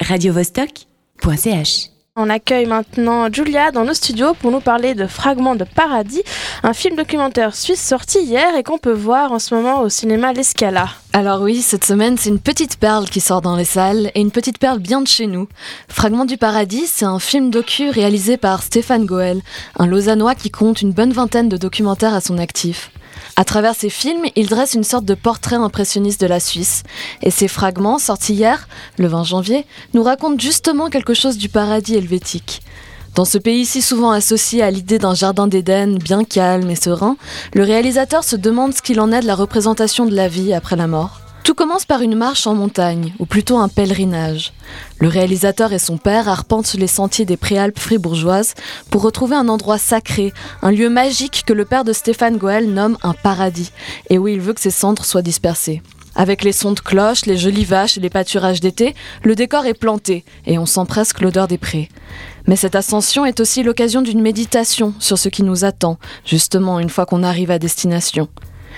radiovostok.ch. On accueille maintenant Julia dans nos studios pour nous parler de Fragments de paradis, un film documentaire suisse sorti hier et qu'on peut voir en ce moment au cinéma L'A Scala. Alors oui, cette semaine, c'est une petite perle qui sort dans les salles, et une petite perle bien de chez nous. Fragments du paradis, c'est un film docu réalisé par Stéphane Goël, un Lausannois qui compte une bonne vingtaine de documentaires à son actif. À travers ces films, il dresse une sorte de portrait impressionniste de la Suisse. Et ces fragments, sortis hier, le 20 janvier, nous racontent justement quelque chose du paradis helvétique. Dans ce pays si souvent associé à l'idée d'un jardin d'Éden bien calme et serein, le réalisateur se demande ce qu'il en est de la représentation de la vie après la mort. Tout commence par une marche en montagne, ou plutôt un pèlerinage. Le réalisateur et son père arpentent les sentiers des Préalpes fribourgeoises pour retrouver un endroit sacré, un lieu magique que le père de Stéphane Goël nomme un paradis, et où il veut que ses cendres soient dispersées. Avec les sons de cloches, les jolies vaches et les pâturages d'été, le décor est planté, et on sent presque l'odeur des prés. Mais cette ascension est aussi l'occasion d'une méditation sur ce qui nous attend, justement une fois qu'on arrive à destination.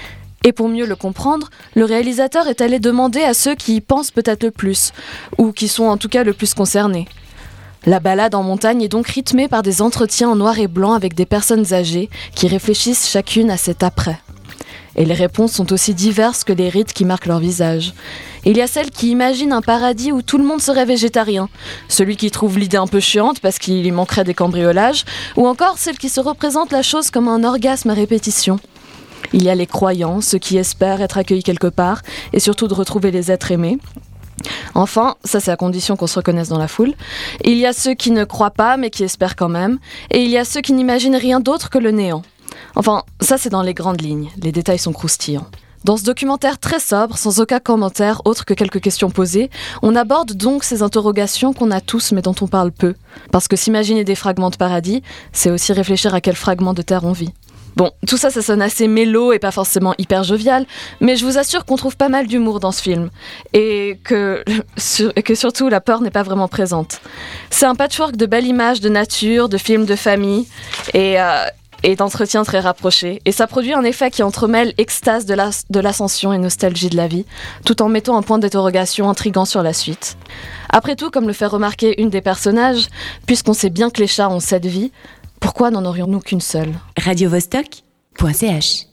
Et pour mieux le comprendre, le réalisateur est allé demander à ceux qui y pensent peut-être le plus, ou qui sont en tout cas le plus concernés. La balade en montagne est donc rythmée par des entretiens en noir et blanc avec des personnes âgées qui réfléchissent chacune à cet après. Et les réponses sont aussi diverses que les rides qui marquent leur visage. Il y a celles qui imaginent un paradis où tout le monde serait végétarien, celui qui trouve l'idée un peu chiante parce qu'il y manquerait des cambriolages, ou encore celles qui se représentent la chose comme un orgasme à répétition. Il y a les croyants, ceux qui espèrent être accueillis quelque part, et surtout de retrouver les êtres aimés. Enfin, ça c'est à condition qu'on se reconnaisse dans la foule. Il y a ceux qui ne croient pas mais qui espèrent quand même, et il y a ceux qui n'imaginent rien d'autre que le néant. Enfin, ça c'est dans les grandes lignes, les détails sont croustillants. Dans ce documentaire très sobre, sans aucun commentaire autre que quelques questions posées, on aborde donc ces interrogations qu'on a tous mais dont on parle peu. Parce que s'imaginer des fragments de paradis, c'est aussi réfléchir à quel fragment de terre on vit. Bon, tout ça, ça sonne assez mélo et pas forcément hyper jovial, mais je vous assure qu'on trouve pas mal d'humour dans ce film, et que surtout la peur n'est pas vraiment présente. C'est un patchwork de belles images de nature, de films de famille, et d'entretiens très rapprochés, et ça produit un effet qui entremêle extase de l'ascension et nostalgie de la vie, tout en mettant un point d'interrogation intriguant sur la suite. Après tout, comme le fait remarquer une des personnages, puisqu'on sait bien que les chats ont 7 vies, pourquoi n'en aurions-nous qu'une seule ? radiovostok.ch